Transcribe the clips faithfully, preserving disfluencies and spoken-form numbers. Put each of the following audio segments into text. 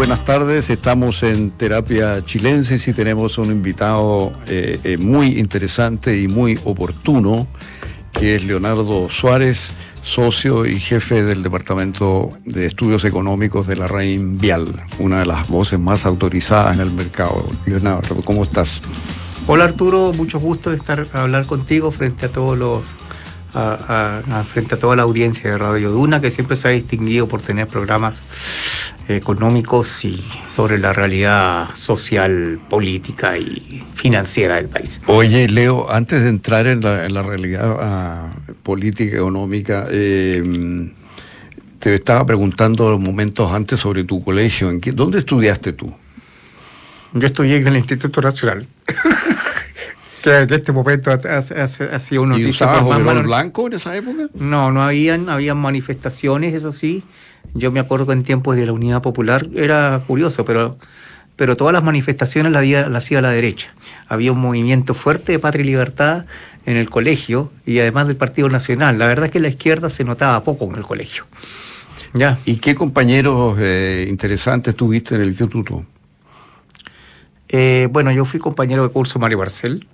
buenas tardes. Estamos en Terapia Chilensis y tenemos un invitado eh, eh, muy interesante y muy oportuno, que es Leonardo Suárez, socio y jefe del Departamento de Estudios Económicos de la RAIN Vial, una de las voces más autorizadas en el mercado. Leonardo, ¿cómo estás? Hola Arturo, mucho gusto de estar a hablar contigo frente a todos los a, a, a, frente a toda la audiencia de Radio Duna, que siempre se ha distinguido por tener programas económicos y sobre la realidad social, política y financiera del país. Oye, Leo, antes de entrar en la, en la realidad uh, política, económica, eh, te estaba preguntando momentos antes sobre tu colegio. ¿En qué, ¿Dónde estudiaste tú? Yo estudié en el Instituto Nacional. que en este momento ha, ha, ha, ha sido una noticia. ¿Y usabas overol blanco en esa época? No, no habían, habían manifestaciones, eso sí. Yo me acuerdo que en tiempos de la Unidad Popular era curioso, pero, pero todas las manifestaciones las la hacía la derecha. Había un movimiento fuerte de Patria y Libertad en el colegio y además del Partido Nacional. La verdad es que la izquierda se notaba poco en el colegio. ¿Ya? ¿Y qué compañeros eh, interesantes tuviste en el instituto? Eh, bueno, yo fui compañero de curso Mario Barcel.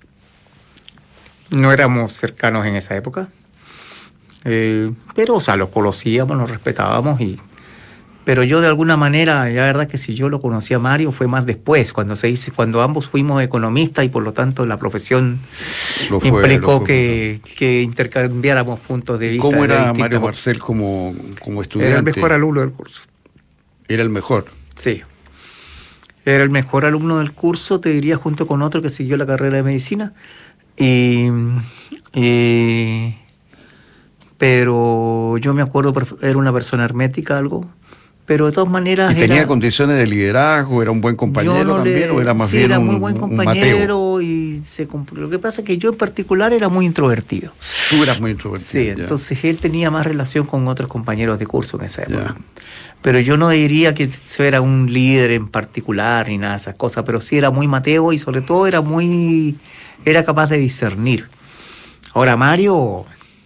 No éramos cercanos en esa época. Eh, pero, o sea, los conocíamos, nos respetábamos. y Pero yo de alguna manera, la verdad que si yo lo conocí a Mario fue más después, cuando se dice, cuando ambos fuimos economistas y por lo tanto la profesión lo fue, implicó lo fue, que, que intercambiáramos puntos de vista. ¿Cómo era Mario Barcel como, como estudiante? Era el mejor alumno del curso. ¿Era el mejor? Sí. Era el mejor alumno del curso, te diría, junto con otro que siguió la carrera de medicina. Y, y, pero yo me acuerdo, era una persona hermética, algo, pero de todas maneras... ¿Y tenía era, condiciones de liderazgo? ¿Era un buen compañero no también? Le, ¿O era más sí, bien era un, muy buen compañero y se Lo que pasa es que yo en particular era muy introvertido. Tú eras muy introvertido. Sí, ya. Entonces él tenía más relación con otros compañeros de curso en esa época. Ya. Pero yo no diría que era un líder en particular ni nada de esas cosas, pero sí era muy Mateo y sobre todo era muy... era capaz de discernir. Ahora, Mario,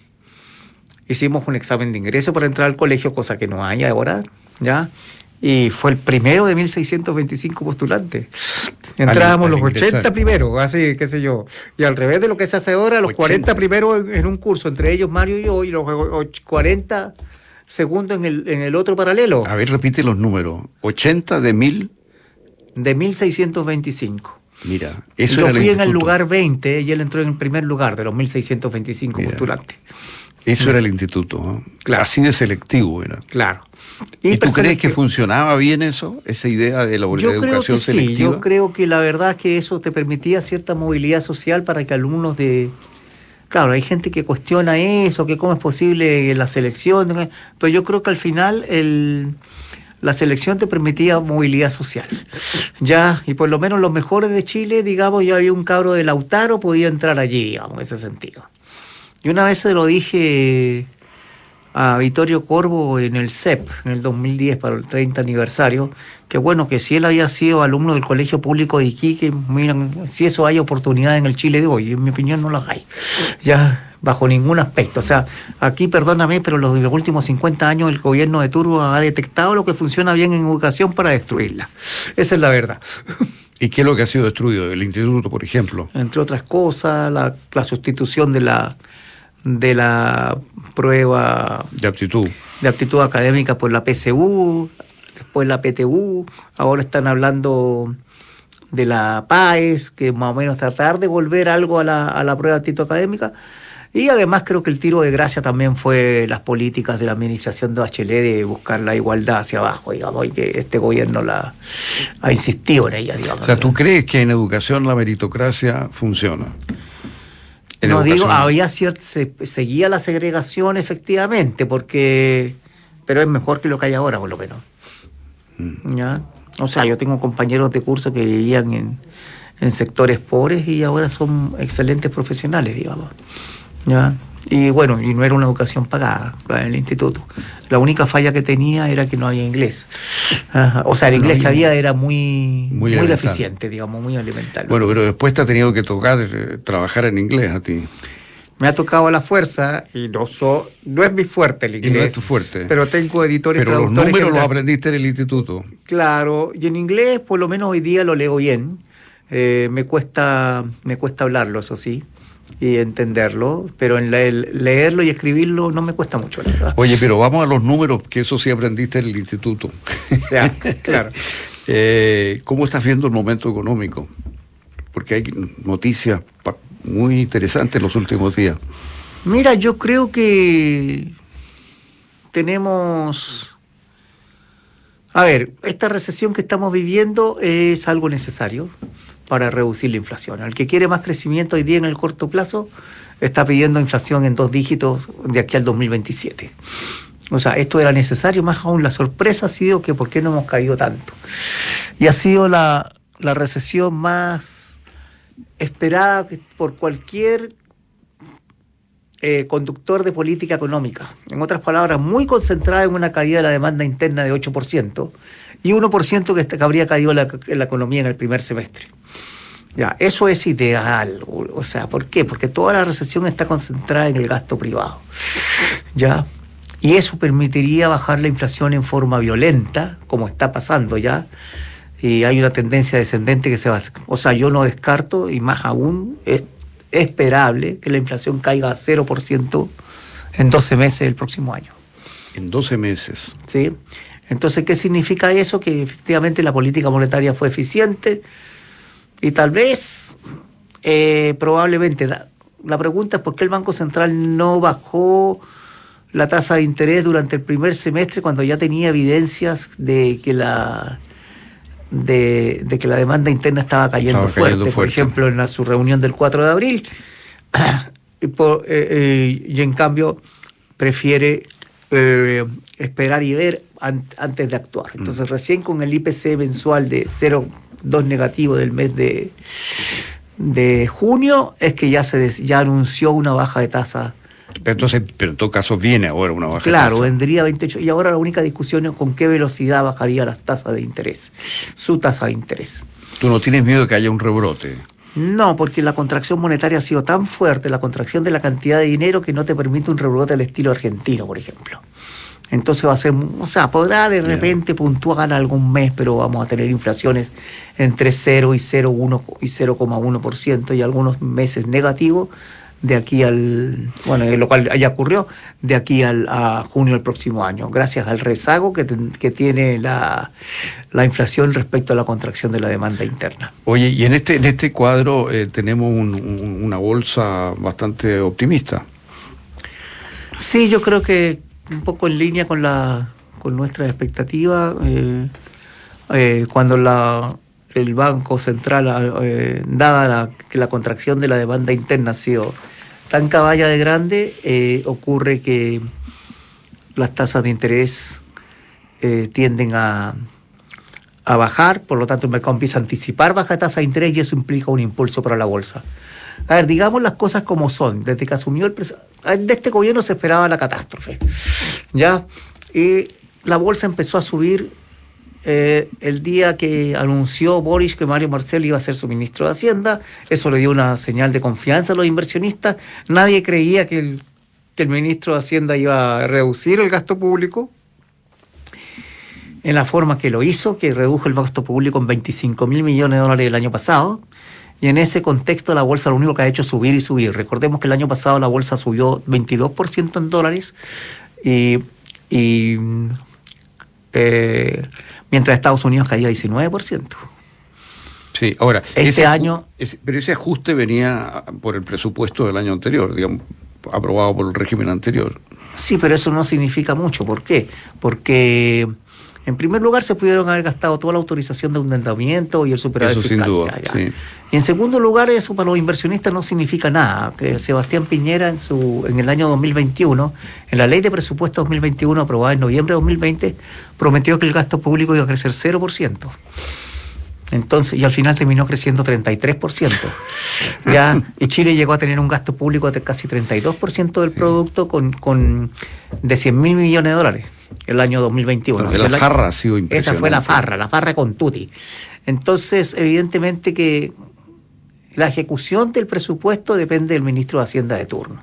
hicimos un examen de ingreso para entrar al colegio, cosa que no hay ahora, ¿ya? Y fue el primero de mil seiscientos veinticinco postulantes. Entrábamos al, al los ingresar. ochenta primeros, así, qué sé yo. Y al revés de lo que se hace ahora, los ochenta. cuarenta primeros en, en un curso, entre ellos Mario y yo, y los cuarenta segundos en el, en el otro paralelo. A ver, repite los números. ochenta de mil... De mil seiscientos veinticinco. Mira, eso yo era fui el en el lugar veinte y él entró en el primer lugar de los mil seiscientos veinticinco Mira, postulantes. Eso era el instituto, ¿no? Claro. Así de selectivo era. Claro. ¿Y, ¿Y tú crees que funcionaba bien eso? Esa idea de la yo educación creo que selectiva. Sí, yo creo que la verdad es que eso te permitía cierta movilidad social para que alumnos de... Claro, hay gente que cuestiona eso, que cómo es posible la selección, pero yo creo que al final el... la selección te permitía movilidad social. Ya, y por lo menos los mejores de Chile, digamos, ya había un cabro de Lautaro, podía entrar allí, digamos, en ese sentido. Y una vez se lo dije a Vittorio Corvo en el C E P, en el dos mil diez, para el treinta aniversario, que bueno, que si él había sido alumno del Colegio Público de Iquique, miren, si eso hay oportunidad en el Chile de hoy, en mi opinión no las hay. Ya, bajo ningún aspecto. O sea, aquí, perdóname, pero los, los últimos cincuenta años el gobierno de Turbo ha detectado lo que funciona bien en educación para destruirla. Esa es la verdad. ¿Y qué es lo que ha sido destruido del instituto, por ejemplo? Entre otras cosas, la, la sustitución de la de la prueba de aptitud de aptitud académica por la P S U, después la P T U, ahora están hablando de la P A E S, que más o menos tratar de volver algo a la, a la prueba de aptitud académica. Y además creo que el tiro de gracia también fue las políticas de la administración de Bachelet de buscar la igualdad hacia abajo, digamos, y que este gobierno la ha insistido en ella, digamos. O sea, ¿tú crees que en educación la meritocracia funciona? No educación. Digo, había cierta, se, seguía la segregación efectivamente, porque pero es mejor que lo que hay ahora, por lo menos. Mm. ¿Ya? O sea, yo tengo compañeros de curso que vivían en, en sectores pobres y ahora son excelentes profesionales, digamos. ¿Ya? Y bueno, y no era una educación pagada en el instituto. La única falla que tenía era que no había inglés. Ajá. O sea, el inglés no, que había era muy, muy, muy deficiente, digamos, muy elemental. Bueno, pero después te ha tenido que tocar eh, trabajar en inglés a ti. Me ha tocado a la fuerza y no so, no es mi fuerte el inglés. Y no es tu fuerte. Pero tengo editores pero traductores. Los números que... los aprendiste en el instituto. Claro, y en inglés por lo menos hoy día lo leo bien. Eh, me cuesta me cuesta hablarlo, eso sí, y entenderlo, pero en la, el leerlo y escribirlo no me cuesta mucho, la verdad. Oye, pero vamos a los números, que eso sí aprendiste en el instituto. Ya, claro. eh, ¿Cómo estás viendo el momento económico? Porque hay noticias muy interesantes en los últimos días. Mira, yo creo que tenemos... A ver, esta recesión que estamos viviendo es algo necesario para reducir la inflación. El que quiere más crecimiento hoy día en el corto plazo está pidiendo inflación en dos dígitos de aquí al dos mil veintisiete. O sea, esto era necesario, más aún la sorpresa ha sido que por qué no hemos caído tanto. Y ha sido la, la recesión más esperada por cualquier eh, conductor de política económica. En otras palabras, muy concentrada en una caída de la demanda interna de ocho por ciento y uno por ciento que, que habría caído la, en la economía en el primer semestre. Ya, eso es ideal. O, o sea, ¿por qué? Porque toda la recesión está concentrada en el gasto privado. ¿Ya? Y eso permitiría bajar la inflación en forma violenta, como está pasando ya. Y hay una tendencia descendente que se va a... O sea, yo no descarto, y más aún, es esperable que la inflación caiga a cero por ciento en doce meses del próximo año. En doce meses. ¿Sí? Entonces, ¿qué significa eso? Que efectivamente la política monetaria fue eficiente y tal vez, eh, probablemente, la, la pregunta es por qué el Banco Central no bajó la tasa de interés durante el primer semestre cuando ya tenía evidencias de que la... De, de que la demanda interna estaba cayendo, estaba fuerte, cayendo fuerte, por ejemplo, en la, su reunión del cuatro de abril, y, por, eh, eh, y en cambio prefiere eh, esperar y ver an, antes de actuar. Entonces, mm. recién con el I P C mensual de cero coma dos negativo del mes de, de junio, es que ya se des, ya anunció una baja de tasa. Pero entonces, pero en todo caso viene ahora una baja claro, tasa. vendría veintiocho. Y ahora la única discusión es con qué velocidad bajaría las tasas de interés, su tasa de interés. ¿Tú no tienes miedo de que haya un rebrote? No, porque la contracción monetaria ha sido tan fuerte, la contracción de la cantidad de dinero, que no te permite un rebrote al estilo argentino, por ejemplo. Entonces va a ser, o sea, podrá de repente yeah. puntuar algún mes, pero vamos a tener inflaciones entre cero y cero coma uno por ciento y algunos meses negativos de aquí al, bueno, lo cual ya ocurrió, de aquí al, a junio del próximo año, gracias al rezago que, te, que tiene la, la inflación respecto a la contracción de la demanda interna. Oye, y en este, en este cuadro eh, tenemos un, un, una bolsa bastante optimista. Sí, yo creo que un poco en línea con la con nuestras expectativas, eh, eh, cuando la el Banco Central, eh, dada la, que la contracción de la demanda interna ha sido tan caballa de grande, eh, ocurre que las tasas de interés eh, tienden a, a bajar, por lo tanto el mercado empieza a anticipar baja tasa de interés y eso implica un impulso para la bolsa. A ver, digamos las cosas como son. Desde que asumió el pres- de este gobierno se esperaba la catástrofe, ¿ya? Y la bolsa empezó a subir Eh, el día que anunció Boris que Mario Marcel iba a ser su ministro de Hacienda. Eso le dio una señal de confianza a los inversionistas. Nadie creía que el, que el ministro de Hacienda iba a reducir el gasto público en la forma que lo hizo, que redujo el gasto público en veinticinco mil millones de dólares el año pasado. Y en ese contexto la bolsa lo único que ha hecho es subir y subir. Recordemos que el año pasado la bolsa subió veintidós por ciento en dólares y... y eh, mientras Estados Unidos caía diecinueve por ciento. Sí, ahora, este ese, año... Ese, pero ese ajuste venía por el presupuesto del año anterior, digamos, aprobado por el régimen anterior. Sí, pero eso no significa mucho. ¿Por qué? Porque, en primer lugar, se pudieron haber gastado toda la autorización de endeudamiento y el superávit fiscal. Eso sin duda, ya, ya. Sí. Y en segundo lugar, eso para los inversionistas no significa nada. Que Sebastián Piñera, en su en el año dos mil veintiuno, en la ley de presupuesto dos mil veintiuno, aprobada en noviembre de dos mil veinte, prometió que el gasto público iba a crecer cero por ciento. Entonces, y al final terminó creciendo treinta y tres por ciento. Ya, y Chile llegó a tener un gasto público de casi treinta y dos por ciento del sí. producto con, con de cien mil millones de dólares el año dos mil veintiuno. Pero la farra ha sido impresionante. Esa fue la farra, la farra con tutti. Entonces, evidentemente que La ejecución del presupuesto depende del ministro de Hacienda de turno.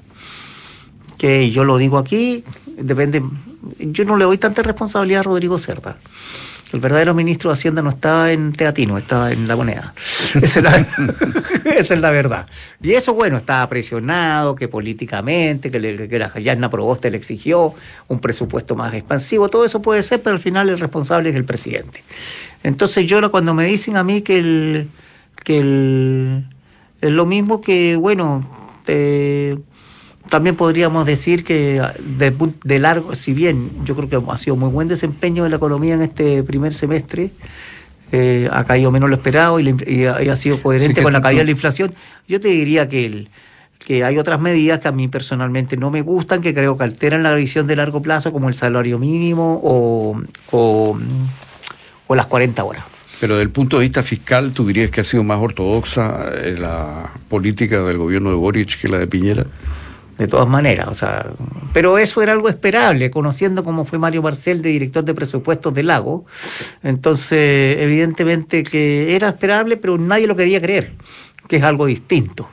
Que yo lo digo aquí, depende. Yo no le doy tanta responsabilidad a Rodrigo Cerda. El verdadero ministro de Hacienda no estaba en Teatino, estaba en La Moneda. Esa es la, esa es la verdad. Y eso, bueno, estaba presionado, que políticamente, que, le, que la Yasna Proboste le exigió un presupuesto más expansivo. Todo eso puede ser, pero al final el responsable es el presidente. Entonces yo cuando me dicen a mí que el... que el, es lo mismo que, bueno, eh, también podríamos decir que de, de largo, si bien yo creo que ha sido muy buen desempeño de la economía en este primer semestre, eh, ha caído menos lo esperado y, y, ha, y ha sido coherente sí, con la caída de la inflación, yo te diría que, el, que hay otras medidas que a mí personalmente no me gustan, que creo que alteran la visión de largo plazo, como el salario mínimo o, o, o las cuarenta horas. Pero desde el punto de vista fiscal, ¿tú dirías que ha sido más ortodoxa la política del gobierno de Boric que la de Piñera? De todas maneras, o sea, pero eso era algo esperable, conociendo cómo fue Mario Marcel de director de presupuestos de Lago. Entonces, evidentemente que era esperable, pero nadie lo quería creer, que es algo distinto.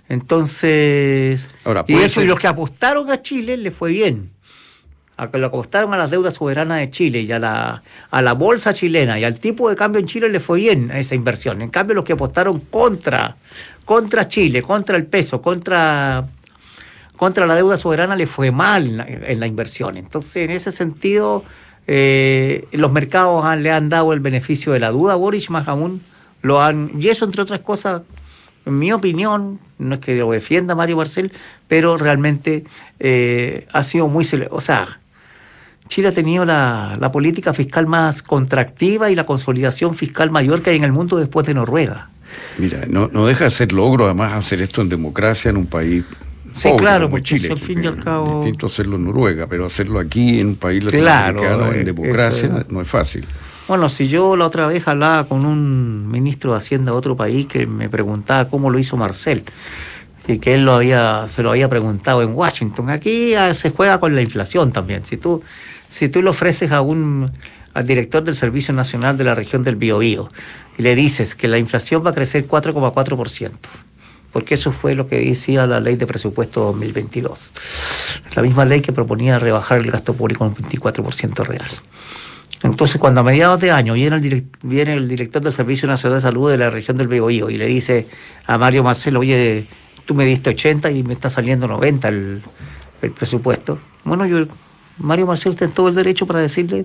Entonces, Ahora, y de hecho, ser... los que apostaron a Chile les fue bien. A que lo acostaron a las deudas soberanas de Chile y a la, a la bolsa chilena y al tipo de cambio en Chile le fue bien esa inversión. En cambio, los que apostaron contra, contra Chile, contra el peso, contra, contra la deuda soberana, le fue mal en la, en la inversión. Entonces, en ese sentido, eh, los mercados han, le han dado el beneficio de la duda a Boric, más aún lo han... Y eso, entre otras cosas, en mi opinión, no es que lo defienda Mario Marcel, pero realmente eh, ha sido muy... O sea... Chile ha tenido la, la política fiscal más contractiva y la consolidación fiscal mayor que hay en el mundo después de Noruega. Mira, no, no deja de ser logro además hacer esto en democracia en un país sí, pobre claro, como porque Chile. Al fin y al cabo... Distinto hacerlo en Noruega, pero hacerlo aquí en un país latinoamericano claro, en democracia eso... no es fácil. Bueno, si yo la otra vez hablaba con un ministro de Hacienda de otro país que me preguntaba cómo lo hizo Marcel, y que él lo había, se lo había preguntado en Washington. Aquí se juega con la inflación también. Si tú, si tú le ofreces a un al director del Servicio Nacional de la región del Biobío y le dices que la inflación va a crecer cuatro coma cuatro por ciento, porque eso fue lo que decía la ley de presupuesto dos mil veintidós. La misma ley que proponía rebajar el gasto público en un veinticuatro por ciento real. Entonces, cuando a mediados de año viene el, direct, viene el director del Servicio Nacional de Salud de la región del Biobío y le dice a Mario Marcel, oye, tú me diste ochenta y me está saliendo noventa el, el presupuesto. Bueno, yo, Mario Marcel tiene todo el derecho para decirle,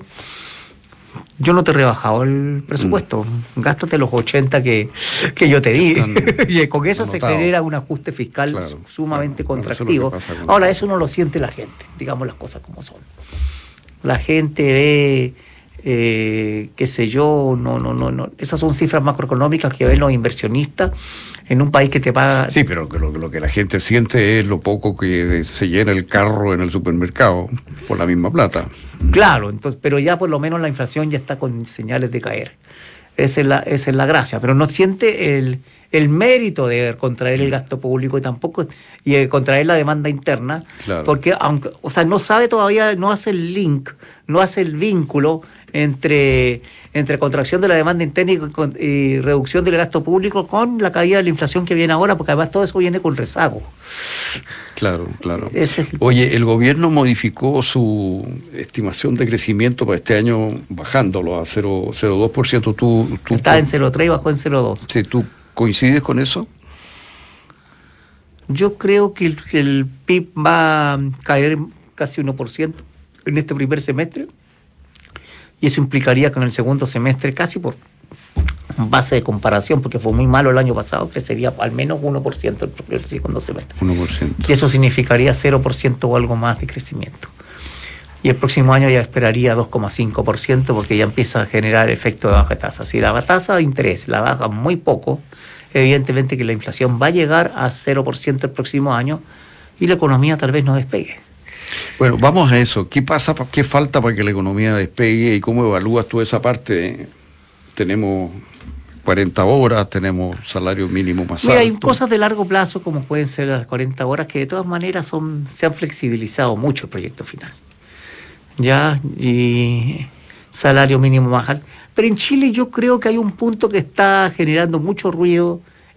yo no te he rebajado el presupuesto, mm. gástate los ochenta que, que yo te di. Y con eso se genera un ajuste fiscal claro, sumamente claro, contractivo. Claro, eso Ahora, eso no lo siente la gente, digamos las cosas como son. La gente ve... Eh, qué sé yo, no, no, no, no. Esas son cifras macroeconómicas que ven los inversionistas en un país que te paga. Sí, pero que lo, lo que la gente siente es lo poco que se llena el carro en el supermercado por la misma plata. Claro, entonces, pero ya por lo menos la inflación ya está con señales de caer. Esa es la, esa es la gracia, pero no siente el, el mérito de contraer el gasto público y tampoco y de contraer la demanda interna, claro. Porque aunque, o sea, no sabe todavía, no hace el link, no hace el vínculo entre, entre contracción de la demanda interna y, con, y reducción del gasto público con la caída de la inflación que viene ahora, porque además todo eso viene con rezago. Claro, claro. Es el... Oye, el gobierno modificó su estimación de crecimiento para este año bajándolo a cero coma dos por ciento. ¿Tú, tú, Está en cero coma tres y bajó en cero coma dos. Sí, ¿tú coincides con eso? Yo creo que el, que el P I B va a caer casi uno por ciento en este primer semestre. Y eso implicaría que en el segundo semestre, casi por base de comparación, porque fue muy malo el año pasado, crecería al menos uno por ciento el, el segundo semestre. uno por ciento. Y eso significaría cero por ciento o algo más de crecimiento. Y el próximo año ya esperaría dos coma cinco por ciento porque ya empieza a generar efecto de baja tasa. Si la tasa de interés la baja muy poco, evidentemente que la inflación va a llegar a cero por ciento el próximo año y la economía tal vez no despegue. Bueno, vamos a eso. ¿Qué pasa, qué falta para que la economía despegue y cómo evalúas tú esa parte? Tenemos cuarenta horas, tenemos salario mínimo más Mira, alto. hay cosas de largo plazo como pueden ser las cuarenta horas que de todas maneras son se han flexibilizado mucho el proyecto final. Ya, y salario mínimo más alto. Pero en Chile yo creo que hay un punto que está generando mucho ruido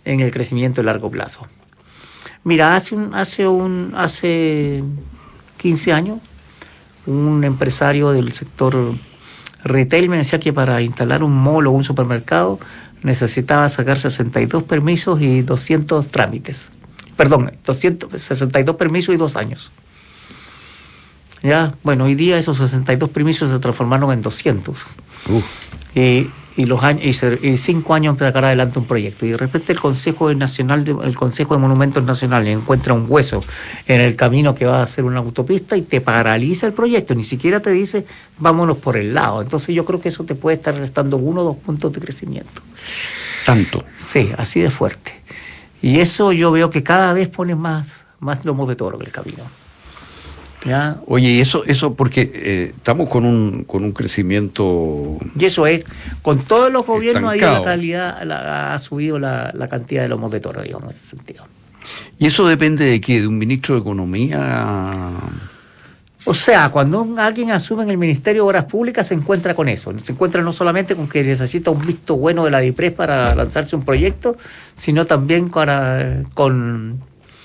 en el crecimiento a largo plazo. Mira, hace un, hace un, hace quince años, un empresario del sector retail me decía que para instalar un mall o un supermercado necesitaba sacar sesenta y dos permisos y doscientos trámites. Perdón, doscientos, sesenta y dos permisos y dos años. Ya, bueno, hoy día esos sesenta y dos permisos se transformaron en doscientos. Uh. Y, y los años y, se, y cinco años para sacar adelante un proyecto. Y de repente el Consejo Nacional de, el Consejo de Monumentos Nacionales encuentra un hueso en el camino que va a hacer una autopista y te paraliza el proyecto. Ni siquiera te dice vámonos por el lado. Entonces yo creo que eso te puede estar restando uno o dos puntos de crecimiento. ¿Tanto? Sí, así de fuerte. Y eso yo veo que cada vez pone más, más lomos de toro en el camino. ¿Ya? Oye, y eso, eso porque eh, estamos con un con un crecimiento. Y eso es, con todos los gobiernos ahí estancado. la calidad la, ha subido la, la cantidad de lomos de toro, digamos, en ese sentido. ¿Y eso depende de qué? ¿De un ministro de Economía? O sea, cuando un, alguien asume en el Ministerio de Obras Públicas se encuentra con eso. Se encuentra no solamente con que necesita un visto bueno de la DIPRES para lanzarse un proyecto, sino también para, con...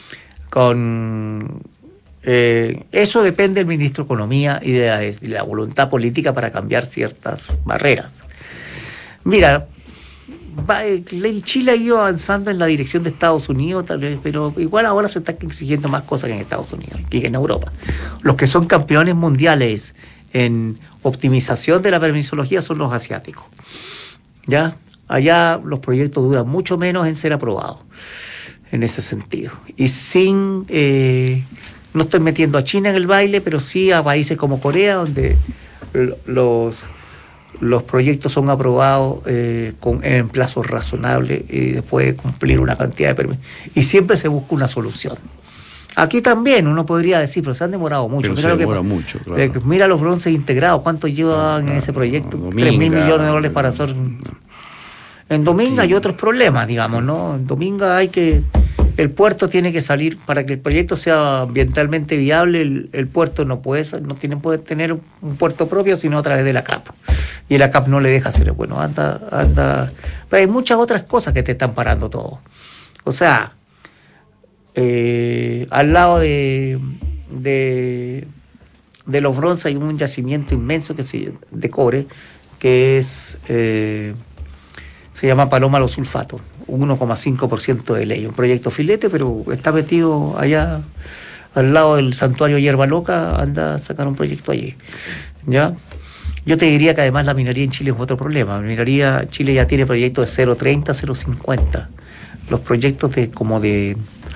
con Eh, eso depende del ministro de Economía y de la, de la voluntad política para cambiar ciertas barreras. Mira, va, el Chile ha ido avanzando en la dirección de Estados Unidos, tal vez, pero igual ahora se está exigiendo más cosas que en Estados Unidos y en Europa. Los que son campeones mundiales en optimización de la permisología son los asiáticos. ¿Ya? Allá los proyectos duran mucho menos en ser aprobados, en ese sentido. Y sin... Eh, No estoy metiendo a China en el baile, pero sí a países como Corea, donde los, los proyectos son aprobados eh, con, en plazos razonables y después de cumplir una cantidad de permisos. Y siempre se busca una solución. Aquí también uno podría decir, pero se han demorado mucho. Pero mira se lo que, demora mucho, claro. eh, mira los bronces integrados, ¿cuánto llevan ah, en ese proyecto? Tres mil millones de dólares para hacer... En Dominga sí. Hay otros problemas, digamos, ¿no? En Dominga hay que... El puerto tiene que salir, para que el proyecto sea ambientalmente viable, el, el puerto no puede no tiene, puede tener un puerto propio, sino a través de la C A P. Y la C A P no le deja hacer, bueno, anda, anda. Pero hay muchas otras cosas que te están parando todo. O sea, eh, al lado de, de, de los bronces hay un yacimiento inmenso que se, de cobre, que es... Eh, se llama Paloma Los Sulfatos, uno coma cinco por ciento de ley, un proyecto filete, pero está metido allá al lado del santuario Hierba Loca, anda a sacar un proyecto allí. ¿Ya? Yo te diría que además la minería en Chile es otro problema. La minería, Chile ya tiene proyectos de cero coma treinta, cero coma cincuenta. Los proyectos de como de,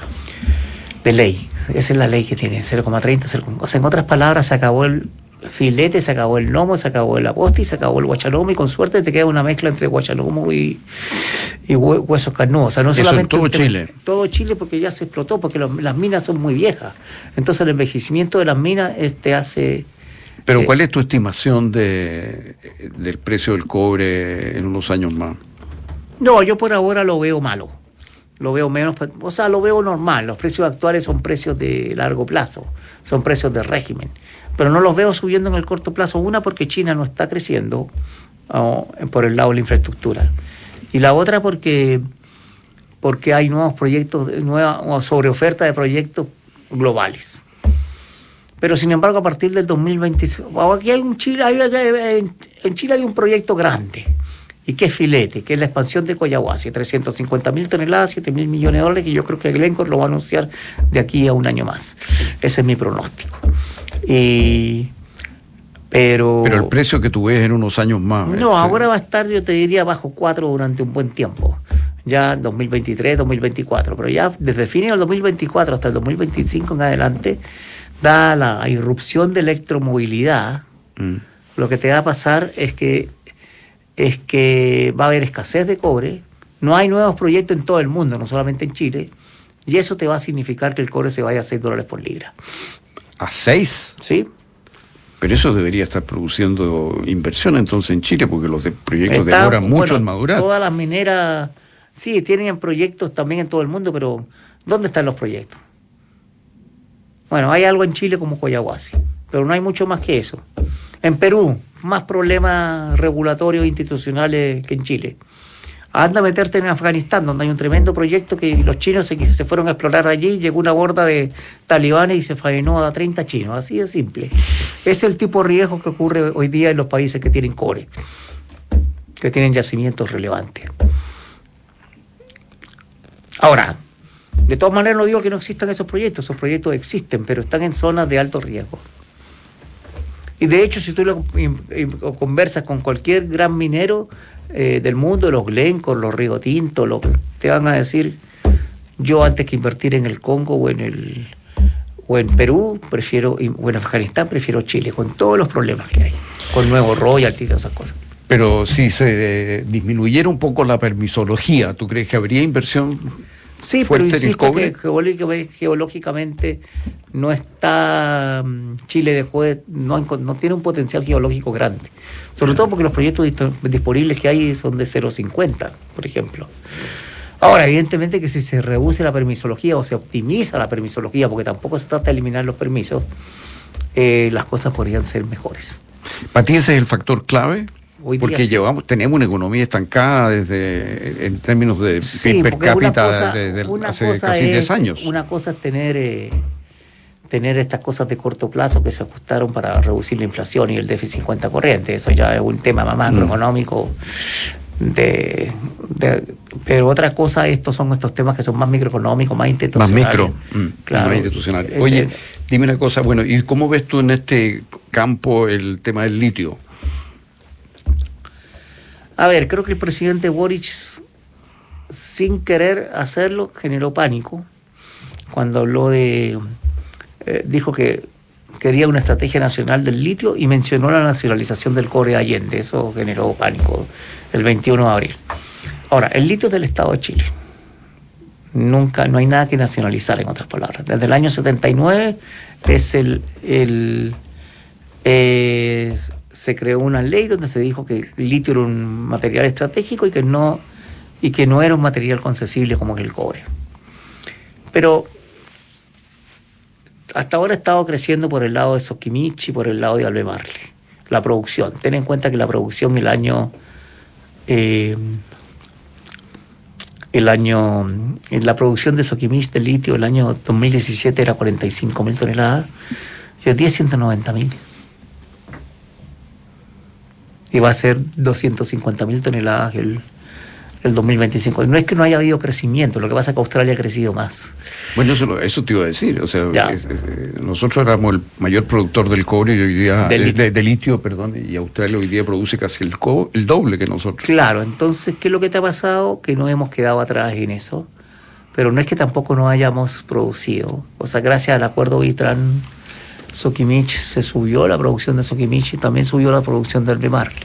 de ley. Esa es la ley que tiene, cero coma treinta, cero coma cincuenta. O sea, en otras palabras, se acabó el filete, se acabó el lomo, se acabó el aposti, se acabó el guachalomo y con suerte te queda una mezcla entre guachalomo y, y huesos carnudos. O sea, no eso solamente en todo tema, Chile. Todo Chile porque ya se explotó, porque los, las minas son muy viejas. Entonces el envejecimiento de las minas este, hace... Pero eh, ¿cuál es tu estimación de del precio del cobre en unos años más? No, yo por ahora lo veo malo. Lo veo menos, o sea, lo veo normal. Los precios actuales son precios de largo plazo, son precios de régimen. Pero no los veo subiendo en el corto plazo. Una, porque China no está creciendo oh, por el lado de la infraestructura. Y la otra, porque, porque hay nuevos proyectos, nueva sobreoferta de proyectos globales. Pero sin embargo, a partir del dos mil veinticinco, aquí hay un Chile, hay, en Chile hay un proyecto grande, y que es filete, que es la expansión de Collahuasi, trescientas cincuenta mil toneladas, siete mil millones de dólares, que yo creo que Glencore lo va a anunciar de aquí a un año más. Ese es mi pronóstico. Y, pero, pero el precio que tú ves en unos años más. No, ese... ahora va a estar, yo te diría, bajo cuatro durante un buen tiempo. Ya dos mil veintitrés, dos mil veinticuatro. Pero ya desde fines del dos mil veinticuatro hasta el dos mil veinticinco en adelante, dada la irrupción de electromovilidad, mm. lo que te va a pasar es que, es que va a haber escasez de cobre. No hay nuevos proyectos en todo el mundo, no solamente en Chile. Y eso te va a significar que el cobre se vaya a seis dólares por libra. ¿A seis? Sí. Pero eso debería estar produciendo inversión entonces en Chile, porque los de proyectos Está, demoran mucho bueno, en madurar. Todas las mineras, sí, tienen proyectos también en todo el mundo, pero ¿dónde están los proyectos? Bueno, hay algo en Chile como Collahuasi, pero no hay mucho más que eso. En Perú, más problemas regulatorios institucionales que en Chile. Anda a meterte en Afganistán, donde hay un tremendo proyecto que los chinos se, se fueron a explorar allí, llegó una horda de talibanes y se faenó a treinta chinos, así de simple. Es el tipo de riesgo que ocurre hoy día en los países que tienen cobre, que tienen yacimientos relevantes. Ahora, de todas maneras no digo que no existan esos proyectos, esos proyectos existen, pero están en zonas de alto riesgo. Y de hecho, si tú lo, o conversas con cualquier gran minero eh, del mundo, los Glencore, los Río Tinto, lo, te van a decir, yo antes que invertir en el Congo o en el o en Perú, prefiero, o en Afganistán, prefiero Chile, con todos los problemas que hay, con nuevo royalty y todas esas cosas. Pero si se eh, disminuyera un poco la permisología, ¿tú crees que habría inversión? Sí, pero insisto que geológicamente, geológicamente no está Chile dejó de, no, no tiene un potencial geológico grande, sobre todo porque los proyectos disponibles que hay son de cero coma cincuenta, por ejemplo. Ahora, evidentemente que si se reduce la permisología o se optimiza la permisología, porque tampoco se trata de eliminar los permisos, eh, las cosas podrían ser mejores. ¿Para ti ese es el factor clave? Hoy porque día, llevamos, sí. tenemos una economía estancada desde en términos de sí, per cápita cosa, de, de, de hace casi diez años. Una cosa es tener eh, tener estas cosas de corto plazo que se ajustaron para reducir la inflación y el déficit en cuenta corriente. Eso ya es un tema más macroeconómico. Mm. De, de, pero otra cosa, estos son estos temas que son más microeconómicos, más institucionales. Más micro, mm, claro. Más institucionales. Oye, eh, dime una cosa, bueno, ¿y cómo ves tú en este campo el tema del litio? A ver, creo que el presidente Boric, sin querer hacerlo, generó pánico cuando habló de... Eh, dijo que quería una estrategia nacional del litio y mencionó la nacionalización del cobre Allende. Eso generó pánico el veintiuno de abril. Ahora, el litio es del Estado de Chile. Nunca, no hay nada que nacionalizar, en otras palabras. Desde el año setenta y nueve es el... el eh, se creó una ley donde se dijo que el litio era un material estratégico y que no, y que no era un material concesible como es el cobre. Pero hasta ahora ha estado creciendo por el lado de Soquimich y por el lado de Albemarle, la producción. Ten en cuenta que la producción el año... Eh, el año... En la producción de Soquimich de litio el año dos mil diecisiete era cuarenta y cinco mil toneladas y hoy día ciento noventa mil. Y va a ser doscientas cincuenta mil toneladas el, el dos mil veinticinco. No es que no haya habido crecimiento, lo que pasa es que Australia ha crecido más. Bueno, eso, eso te iba a decir. O sea, es, es, nosotros éramos el mayor productor del cobre y hoy día, de, de, de litio, perdón, y Australia hoy día produce casi el, co, el doble que nosotros. Claro, entonces, ¿qué es lo que te ha pasado? Que no hemos quedado atrás en eso, pero no es que tampoco no hayamos producido. O sea, gracias al acuerdo Bitran, Soquimich se subió la producción de Soquimich y también subió la producción del Albemarle.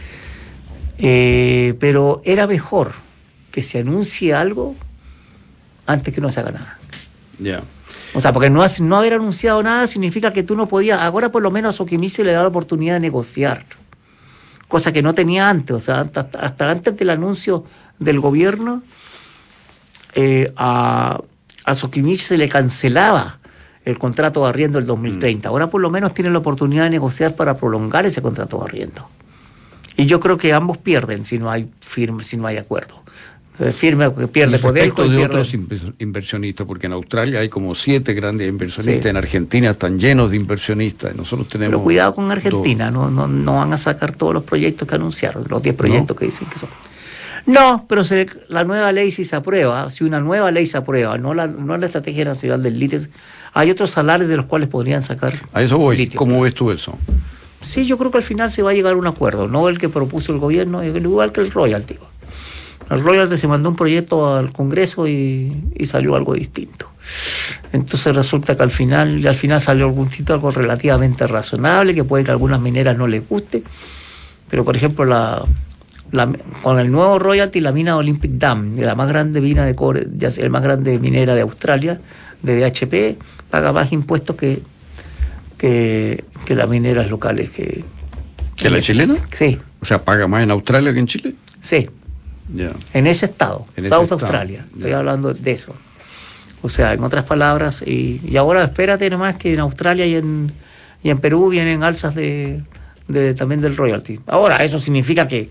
Eh, pero era mejor que se anuncie algo antes que no se haga nada. Ya. Yeah. O sea, porque no, no haber anunciado nada significa que tú no podías. Ahora por lo menos a Soquimich se le da la oportunidad de negociar, cosa que no tenía antes. O sea, hasta, hasta antes del anuncio del gobierno, eh, a, a Soquimich se le cancelaba el contrato de arriendo del dos mil treinta. Ahora por lo menos tienen la oportunidad de negociar para prolongar ese contrato de arriendo. Y yo creo que ambos pierden si no hay firme, si no hay acuerdo. Firme pierde poder. Respecto de pierde... otros inversionistas, porque en Australia hay como siete grandes inversionistas, sí. En Argentina están llenos de inversionistas. Nosotros tenemos. Pero cuidado con Argentina, no, no, no van a sacar todos los proyectos que anunciaron, los diez proyectos ¿no? que dicen que son. No, pero se, la nueva ley si se aprueba, si una nueva ley se aprueba, no la, no la Estrategia Nacional del Litio, hay otros salarios de los cuales podrían sacar. A eso voy. Litio. ¿Cómo ves tú eso? Sí, yo creo que al final se va a llegar a un acuerdo, no el que propuso el gobierno, igual que el royalty. El royalty se mandó un proyecto al Congreso y, y salió algo distinto. Entonces resulta que al final, al final salió algún sitio algo relativamente razonable, que puede que a algunas mineras no les guste, pero por ejemplo la, la con el nuevo royalty la mina Olympic Dam, la más grande mina de cobre, ya sea, la más grande minera de Australia, de B H P, paga más impuestos que que, que las mineras locales que... ¿Que la chilena? Sí. O sea, ¿paga más en Australia que en Chile? Sí. Yeah. En ese estado, en South ese Australia, estado. Estoy yeah. hablando de eso. O sea, en otras palabras, y, y ahora espérate nomás que en Australia y en, y en Perú vienen alzas de, de también del royalty. Ahora, eso significa que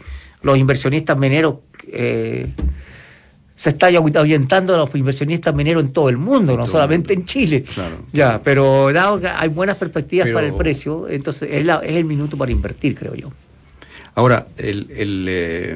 los inversionistas mineros, eh, se está ahuyentando a los inversionistas mineros en todo el mundo, no solamente en Chile. Claro. Ya, pero dado que hay buenas perspectivas pero, para el precio, entonces es, la, es el minuto para invertir, creo yo. Ahora, el, el, eh,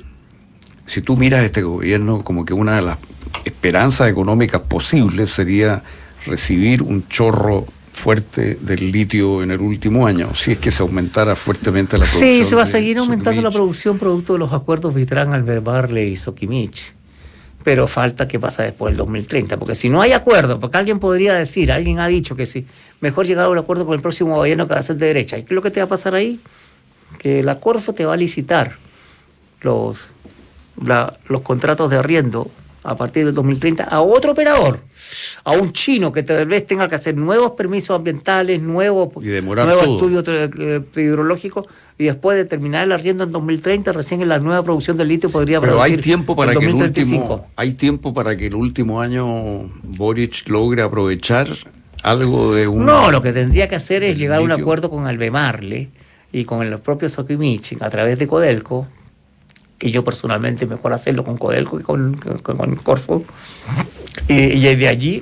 si tú miras este gobierno, como que una de las esperanzas económicas posibles sería recibir un chorro fuerte del litio en el último año, si es que se aumentara fuertemente la producción. Sí, se va a seguir aumentando Soquimich. la producción producto de los acuerdos Vitrán, Albemarle y Soquimich. Pero falta qué pasa después del dos mil treinta, porque si no hay acuerdo, porque alguien podría decir, alguien ha dicho que sí, mejor llegar a un acuerdo con el próximo gobierno que va a ser de derecha. ¿Y qué es lo que te va a pasar ahí? Que la Corfo te va a licitar los, la, los contratos de arriendo a partir del dos mil treinta a otro operador, a un chino que tal vez tenga que hacer nuevos permisos ambientales, nuevos, nuevos estudios eh, hidrológicos, y después de terminar el arriendo en dos mil treinta, recién en la nueva producción del litio podría Pero producir hay tiempo para en que el dos mil treinta y cinco. último, hay tiempo para que el último año Boric logre aprovechar algo de un... No, lo que tendría que hacer es llegar a un litio. acuerdo con Albemarle y con los propios Soquimich a través de Codelco, que yo personalmente mejor hacerlo con Codelco y con, con, con Corfo, y, y de allí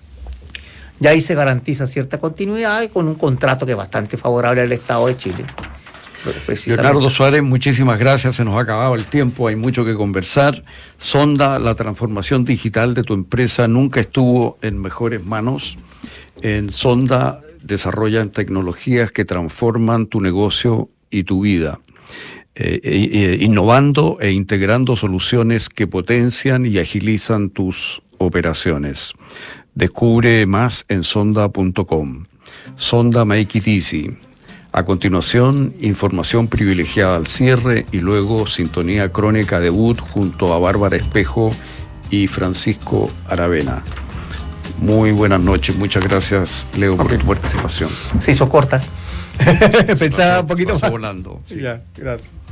ya ahí se garantiza cierta continuidad y con un contrato que es bastante favorable al Estado de Chile. Leonardo Suárez, muchísimas gracias, se nos ha acabado el tiempo, hay mucho que conversar. Sonda, la transformación digital de tu empresa nunca estuvo en mejores manos. En Sonda desarrollan tecnologías que transforman tu negocio y tu vida. Eh, eh, innovando e integrando soluciones que potencian y agilizan tus operaciones. Descubre más en sonda punto com. Sonda Make It Easy. A continuación, información privilegiada al cierre y luego sintonía crónica debut junto a Bárbara Espejo y Francisco Aravena. Muy buenas noches, muchas gracias, Leo, por okay. tu participación. Se hizo corta. Pensaba pasó, un poquito pasó más. volando. Sí. Ya, gracias.